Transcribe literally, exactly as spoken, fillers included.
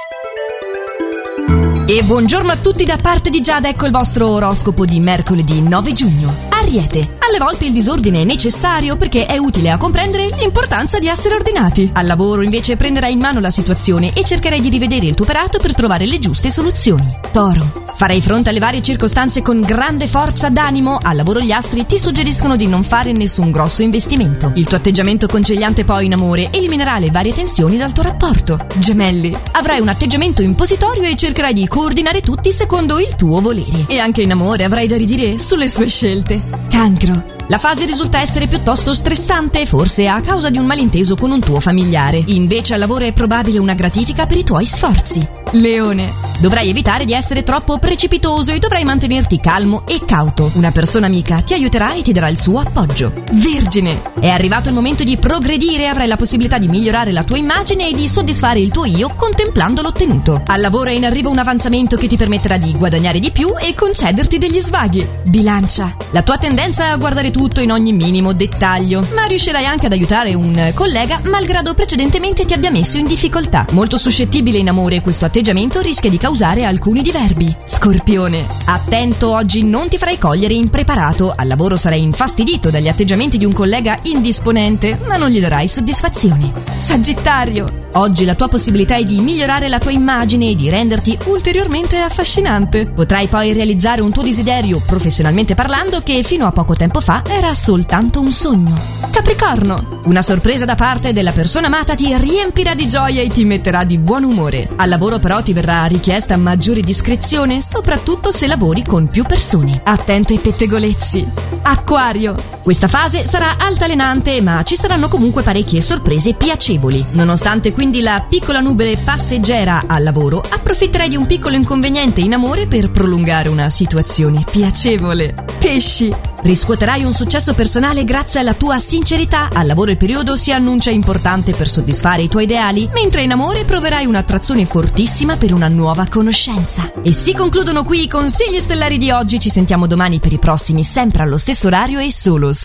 E buongiorno a tutti da parte di Giada, ecco il vostro oroscopo di mercoledì nove giugno. Ariete, alle volte il disordine è necessario perché è utile a comprendere l'importanza di essere ordinati. Al lavoro invece prenderai in mano la situazione e cercherai di rivedere il tuo operato per trovare le giuste soluzioni. Toro, farai fronte alle varie circostanze con grande forza d'animo. Al lavoro gli astri ti suggeriscono di non fare nessun grosso investimento. Il tuo atteggiamento conciliante poi in amore eliminerà le varie tensioni dal tuo rapporto. Gemelli, avrai un atteggiamento impositorio e cercherai di coordinare tutti secondo il tuo volere. E anche in amore avrai da ridire sulle sue scelte. Cancro, la fase risulta essere piuttosto stressante, forse a causa di un malinteso con un tuo familiare. Invece al lavoro è probabile una gratifica per i tuoi sforzi. Leone, dovrai evitare di essere troppo precipitoso e dovrai mantenerti calmo e cauto. Una persona amica ti aiuterà e ti darà il suo appoggio. Vergine, è arrivato il momento di progredire, avrai la possibilità di migliorare la tua immagine e di soddisfare il tuo io contemplando l'ottenuto. Al lavoro è in arrivo un avanzamento che ti permetterà di guadagnare di più e concederti degli svaghi. Bilancia, la tua tendenza è a guardare tutto in ogni minimo dettaglio, ma riuscirai anche ad aiutare un collega malgrado precedentemente ti abbia messo in difficoltà. Molto suscettibile in amore, questo atteggiamento rischia di causare alcuni diverbi. Scorpione, attento, oggi non ti farai cogliere impreparato. Al lavoro sarai infastidito dagli atteggiamenti di un collega indisponente, ma non gli darai soddisfazione. Sagittario, oggi la tua possibilità è di migliorare la tua immagine e di renderti ulteriormente affascinante. Potrai poi realizzare un tuo desiderio, professionalmente parlando, che fino a poco tempo fa era soltanto un sogno. Capricorno, una sorpresa da parte della persona amata ti riempirà di gioia e ti metterà di buon umore. Al lavoro però ti verrà richiesta maggiore discrezione, soprattutto se lavori con più persone. Attento ai pettegolezzi. Acquario, questa fase sarà altalenante, ma ci saranno comunque parecchie sorprese piacevoli. Nonostante quindi la piccola nubile passeggera al lavoro, approfitterai di un piccolo inconveniente in amore per prolungare una situazione piacevole. Pesci, riscuoterai un successo personale grazie alla tua sincerità. Al lavoro il periodo si annuncia importante per soddisfare i tuoi ideali, mentre in amore proverai un'attrazione fortissima per una nuova conoscenza. E si concludono qui i consigli stellari di oggi. Ci sentiamo domani per i prossimi, sempre allo stesso orario e solo